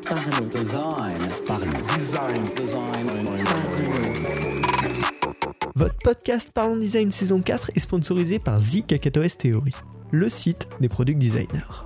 Parlons. Votre podcast Parlons Design saison 4 est sponsorisé par The Kakatoes Theory, le site des product designers.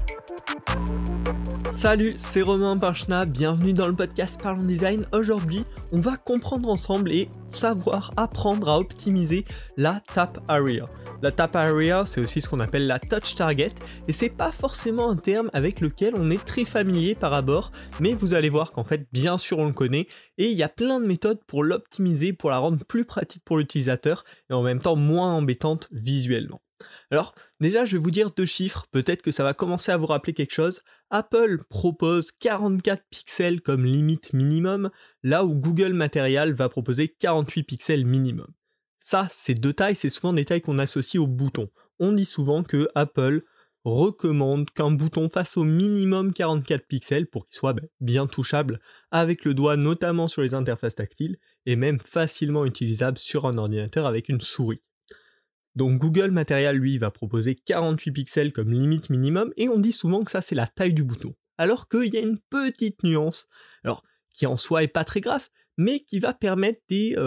Salut, c'est Romain Parchna, bienvenue dans le podcast Parlons Design. Aujourd'hui, on va comprendre ensemble et apprendre à optimiser la tap area. La tap area, c'est aussi ce qu'on appelle la touch target, et c'est pas forcément un terme avec lequel on est très familier par abord, mais vous allez voir qu'en fait, bien sûr, on le connaît, et il y a plein de méthodes pour l'optimiser, pour la rendre plus pratique pour l'utilisateur, et en même temps moins embêtante visuellement. Alors, déjà, je vais vous dire 2 chiffres, peut-être que ça va commencer à vous rappeler quelque chose. Apple propose 44 pixels comme limite minimum, là où Google Material va proposer 48 pixels minimum. Ça, ces 2 tailles, c'est souvent des tailles qu'on associe au bouton. On dit souvent que Apple recommande qu'un bouton fasse au minimum 44 pixels pour qu'il soit bien touchable avec le doigt, notamment sur les interfaces tactiles, et même facilement utilisable sur un ordinateur avec une souris. Donc Google Material, lui, va proposer 48 pixels comme limite minimum, et on dit souvent que ça c'est la taille du bouton. Alors qu'il y a une petite nuance, alors qui en soi est pas très grave, mais qui va permettre des,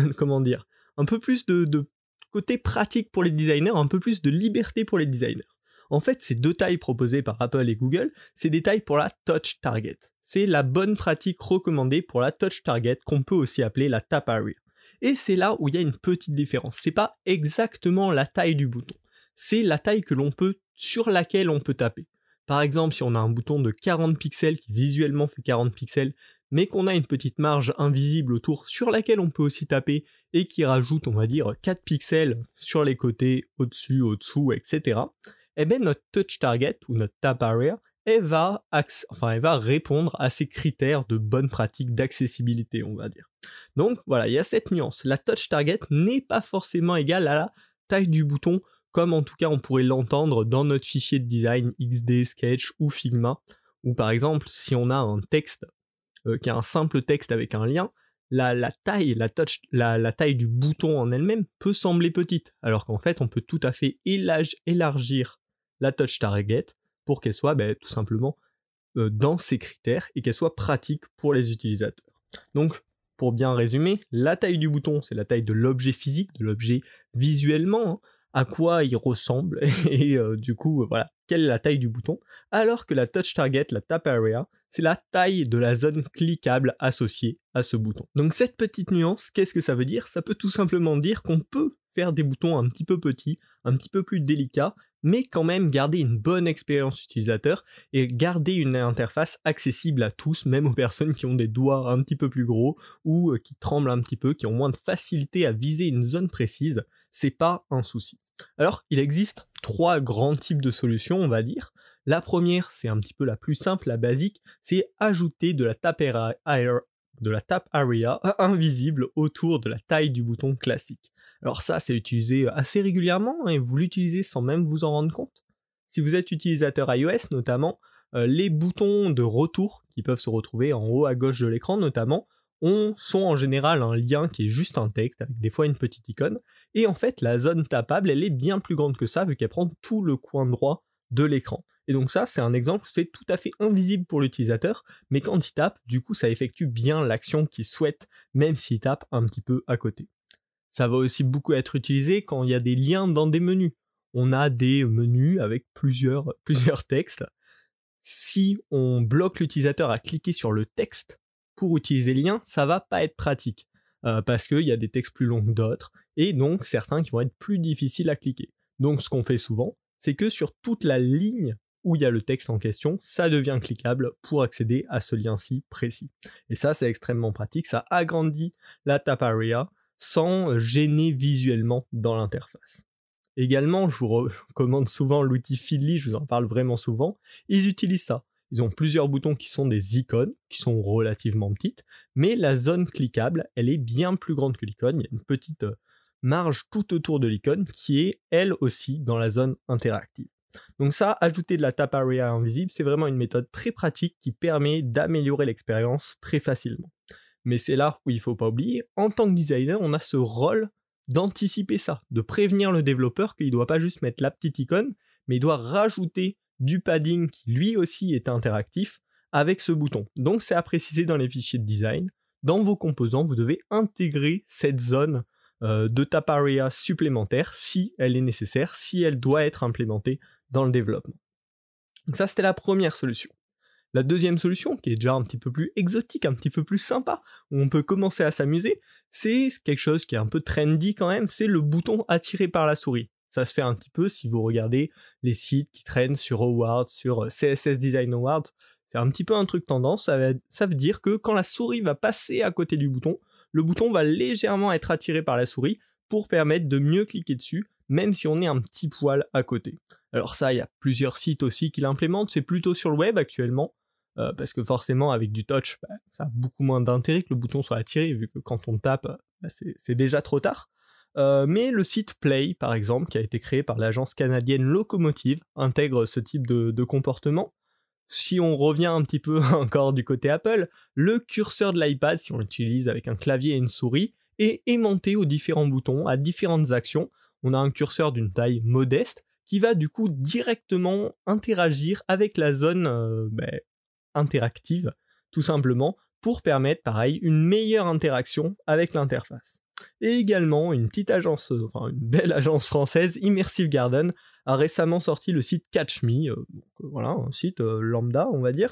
un peu plus de côté pratique pour les designers, un peu plus de liberté pour les designers. En fait, ces 2 tailles proposées par Apple et Google, c'est des tailles pour la touch target. C'est la bonne pratique recommandée pour la touch target, qu'on peut aussi appeler la tap area. Et c'est là où il y a une petite différence. C'est pas exactement la taille du bouton. C'est la taille sur laquelle on peut taper. Par exemple, si on a un bouton de 40 pixels qui visuellement fait 40 pixels, mais qu'on a une petite marge invisible autour sur laquelle on peut aussi taper et qui rajoute, on va dire, 4 pixels sur les côtés, au-dessus, au-dessous, etc. Eh bien, notre touch target ou notre tap area, elle va répondre à ces critères de bonne pratique d'accessibilité, on va dire. Donc voilà, il y a cette nuance. La touch target n'est pas forcément égale à la taille du bouton, comme en tout cas on pourrait l'entendre dans notre fichier de design XD, Sketch ou Figma, où par exemple, si on a un texte qui est un simple texte avec un lien, la taille du bouton en elle-même peut sembler petite, alors qu'en fait on peut tout à fait élargir la touch target pour qu'elle soit tout simplement dans ses critères et qu'elle soit pratique pour les utilisateurs. Donc, pour bien résumer, la taille du bouton, c'est la taille de l'objet physique, de l'objet visuellement, à quoi il ressemble, et quelle est la taille du bouton, alors que la touch target, la tap area, c'est la taille de la zone cliquable associée à ce bouton. Donc cette petite nuance, qu'est-ce que ça veut dire ? Ça peut tout simplement dire qu'on peut faire des boutons un petit peu petits, un petit peu plus délicats, mais quand même garder une bonne expérience utilisateur et garder une interface accessible à tous, même aux personnes qui ont des doigts un petit peu plus gros ou qui tremblent un petit peu, qui ont moins de facilité à viser une zone précise, c'est pas un souci. Alors, il existe 3 grands types de solutions, on va dire. La première, c'est un petit peu la plus simple, la basique, c'est ajouter de la tap area invisible autour de la taille du bouton classique. Alors ça, c'est utilisé assez régulièrement et vous l'utilisez sans même vous en rendre compte. Si vous êtes utilisateur iOS notamment, les boutons de retour qui peuvent se retrouver en haut à gauche de l'écran notamment, sont en général un lien qui est juste un texte avec des fois une petite icône, et en fait la zone tapable elle est bien plus grande que ça vu qu'elle prend tout le coin droit de l'écran. Et donc ça c'est un exemple où c'est tout à fait invisible pour l'utilisateur, mais quand il tape, du coup ça effectue bien l'action qu'il souhaite, même s'il tape un petit peu à côté. Ça va aussi beaucoup être utilisé quand il y a des liens dans des menus. On a des menus avec plusieurs textes. Si on bloque l'utilisateur à cliquer sur le texte pour utiliser le lien, ça va pas être pratique. Parce qu'il y a des textes plus longs que d'autres, et donc certains qui vont être plus difficiles à cliquer. Donc ce qu'on fait souvent, c'est que sur toute la ligne où il y a le texte en question, ça devient cliquable pour accéder à ce lien-ci précis. Et ça, c'est extrêmement pratique, ça agrandit la tap area sans gêner visuellement dans l'interface. Également, je vous recommande souvent l'outil Feedly, je vous en parle vraiment souvent, ils utilisent ça. Ils ont plusieurs boutons qui sont des icônes, qui sont relativement petites, mais la zone cliquable, elle est bien plus grande que l'icône, il y a une petite marge tout autour de l'icône qui est, elle aussi, dans la zone interactive. Donc ça, ajouter de la tap area invisible, c'est vraiment une méthode très pratique qui permet d'améliorer l'expérience très facilement. Mais c'est là où il ne faut pas oublier, en tant que designer, on a ce rôle d'anticiper ça, de prévenir le développeur qu'il ne doit pas juste mettre la petite icône, mais il doit rajouter du padding qui lui aussi est interactif, avec ce bouton. Donc c'est à préciser dans les fichiers de design. Dans vos composants, vous devez intégrer cette zone de tap area supplémentaire si elle est nécessaire, si elle doit être implémentée dans le développement. Donc ça, c'était la première solution. La deuxième solution, qui est déjà un petit peu plus exotique, un petit peu plus sympa, où on peut commencer à s'amuser, c'est quelque chose qui est un peu trendy quand même, c'est le bouton attiré par la souris. Ça se fait un petit peu si vous regardez les sites qui traînent sur Awards, sur CSS Design Awards, c'est un petit peu un truc tendance, ça veut dire que quand la souris va passer à côté du bouton, le bouton va légèrement être attiré par la souris pour permettre de mieux cliquer dessus, même si on est un petit poil à côté. Alors ça, il y a plusieurs sites aussi qui l'implémentent, c'est plutôt sur le web actuellement, parce que forcément avec du touch, ça a beaucoup moins d'intérêt que le bouton soit attiré, vu que quand on tape, c'est déjà trop tard. Mais le site Play, par exemple, qui a été créé par l'agence canadienne Locomotive, intègre ce type de comportement. Si on revient un petit peu encore du côté Apple, le curseur de l'iPad, si on l'utilise avec un clavier et une souris, est aimanté aux différents boutons, à différentes actions. On a un curseur d'une taille modeste qui va du coup directement interagir avec la zone interactive, tout simplement, pour permettre, pareil, une meilleure interaction avec l'interface. Et également, une belle agence française, Immersive Garden, a récemment sorti le site Catch Me, voilà, un site lambda, on va dire,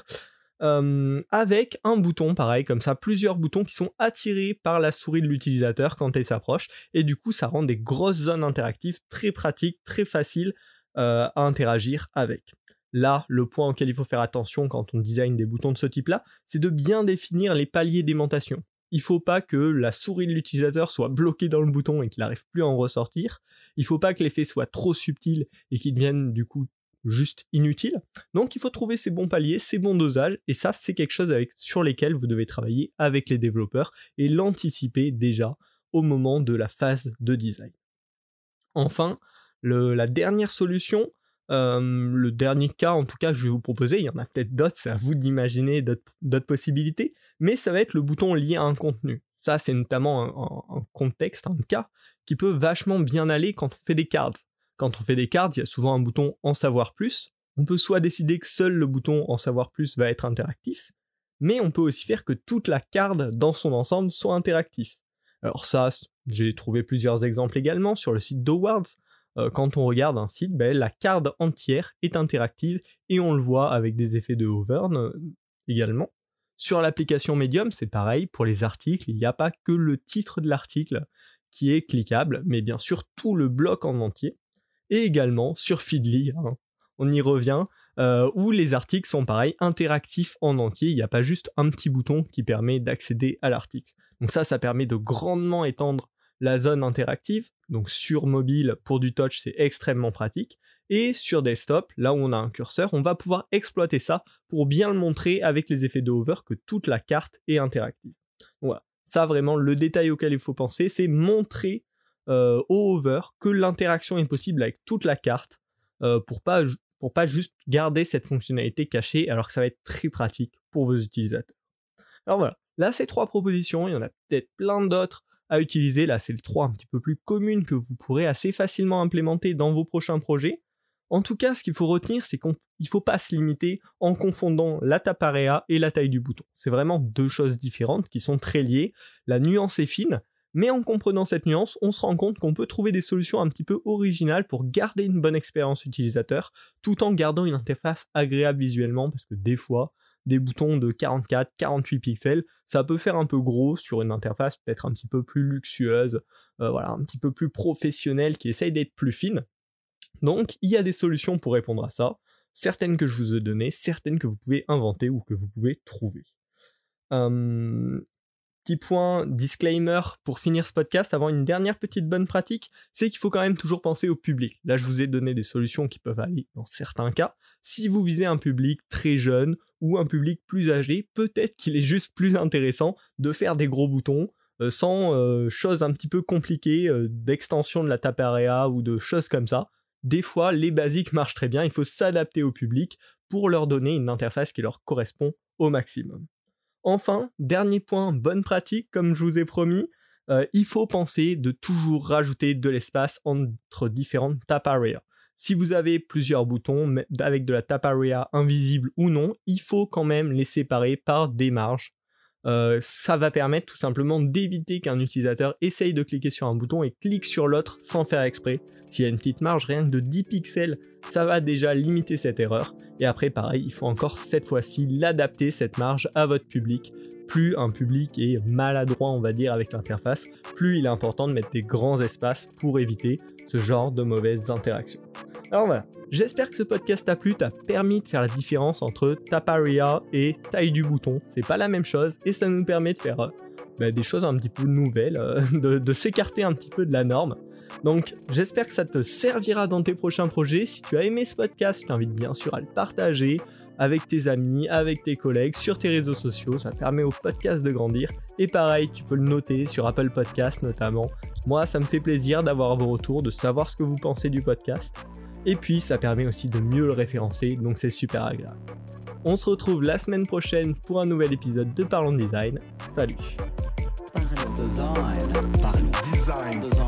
avec un bouton pareil, comme ça, plusieurs boutons qui sont attirés par la souris de l'utilisateur quand elle s'approche, et du coup, ça rend des grosses zones interactives très pratiques, très faciles à interagir avec. Là, le point auquel il faut faire attention quand on design des boutons de ce type-là, c'est de bien définir les paliers d'aimantation. Il ne faut pas que la souris de l'utilisateur soit bloquée dans le bouton et qu'il n'arrive plus à en ressortir. Il ne faut pas que l'effet soit trop subtil et qu'il devienne du coup juste inutile. Donc il faut trouver ces bons paliers, ces bons dosages, et ça c'est quelque chose sur lesquels vous devez travailler avec les développeurs et l'anticiper déjà au moment de la phase de design. Enfin, la dernière solution, le dernier cas en tout cas que je vais vous proposer, il y en a peut-être d'autres, c'est à vous d'imaginer d'autres possibilités, mais ça va être le bouton lié à un contenu. Ça c'est notamment un contexte, un cas qui peut vachement bien aller quand on fait des cards. Quand on fait des cards, il y a souvent un bouton en savoir plus. On peut soit décider que seul le bouton en savoir plus va être interactif, mais on peut aussi faire que toute la card dans son ensemble soit interactif. Alors ça, j'ai trouvé plusieurs exemples également sur le site d'Awards. Quand on regarde un site, la card entière est interactive et on le voit avec des effets de hover également. Sur l'application Medium, c'est pareil, pour les articles, il n'y a pas que le titre de l'article qui est cliquable, mais bien sûr tout le bloc en entier. Et également sur Feedly, on y revient, où les articles sont pareil, interactifs en entier, il n'y a pas juste un petit bouton qui permet d'accéder à l'article. Donc ça permet de grandement étendre la zone interactive, donc sur mobile, pour du touch, c'est extrêmement pratique, et sur desktop, là où on a un curseur, on va pouvoir exploiter ça pour bien le montrer avec les effets de hover que toute la carte est interactive. Donc voilà, ça vraiment, le détail auquel il faut penser, c'est montrer au hover que l'interaction est possible avec toute la carte pour pas juste garder cette fonctionnalité cachée, alors que ça va être très pratique pour vos utilisateurs. Alors voilà, là c'est 3 propositions, il y en a peut-être plein d'autres à utiliser, là c'est les 3 un petit peu plus communes que vous pourrez assez facilement implémenter dans vos prochains projets. En tout cas, ce qu'il faut retenir, c'est qu'il ne faut pas se limiter en confondant la tap area et la taille du bouton. C'est vraiment 2 choses différentes qui sont très liées, la nuance est fine, mais en comprenant cette nuance, on se rend compte qu'on peut trouver des solutions un petit peu originales pour garder une bonne expérience utilisateur, tout en gardant une interface agréable visuellement, parce que des fois, des boutons de 44, 48 pixels, ça peut faire un peu gros sur une interface peut-être un petit peu plus luxueuse, un petit peu plus professionnelle, qui essaye d'être plus fine. Donc, il y a des solutions pour répondre à ça, certaines que je vous ai données, certaines que vous pouvez inventer ou que vous pouvez trouver. Petit point disclaimer pour finir ce podcast, avant une dernière petite bonne pratique, c'est qu'il faut quand même toujours penser au public. Là, je vous ai donné des solutions qui peuvent aller dans certains cas. Si vous visez un public très jeune ou un public plus âgé, peut-être qu'il est juste plus intéressant de faire des gros boutons sans choses un petit peu compliquées, d'extension de la tap area ou de choses comme ça. Des fois, les basiques marchent très bien, il faut s'adapter au public pour leur donner une interface qui leur correspond au maximum. Enfin, dernier point, bonne pratique, comme je vous ai promis, il faut penser de toujours rajouter de l'espace entre différentes tap areas. Si vous avez plusieurs boutons, avec de la tap area invisible ou non, il faut quand même les séparer par des marges. Ça va permettre tout simplement d'éviter qu'un utilisateur essaye de cliquer sur un bouton et clique sur l'autre sans faire exprès. S'il y a une petite marge, rien que de 10 pixels, ça va déjà limiter cette erreur. Et après pareil, il faut encore cette fois-ci l'adapter cette marge à votre public. Plus un public est maladroit, on va dire, avec l'interface, plus il est important de mettre des grands espaces pour éviter ce genre de mauvaises interactions. Alors voilà, j'espère que ce podcast t'a plu, t'a permis de faire la différence entre tap area et taille du bouton. C'est pas la même chose et ça nous permet de faire des choses un petit peu nouvelles, de s'écarter un petit peu de la norme. Donc j'espère que ça te servira dans tes prochains projets. Si tu as aimé ce podcast, je t'invite bien sûr à le partager avec tes amis, avec tes collègues, sur tes réseaux sociaux, ça permet au podcast de grandir. Et pareil, tu peux le noter sur Apple Podcast notamment. Moi, ça me fait plaisir d'avoir vos retours, de savoir ce que vous pensez du podcast. Et puis, ça permet aussi de mieux le référencer, donc c'est super agréable. On se retrouve la semaine prochaine pour un nouvel épisode de Parlons Design. Salut. Parlons Design.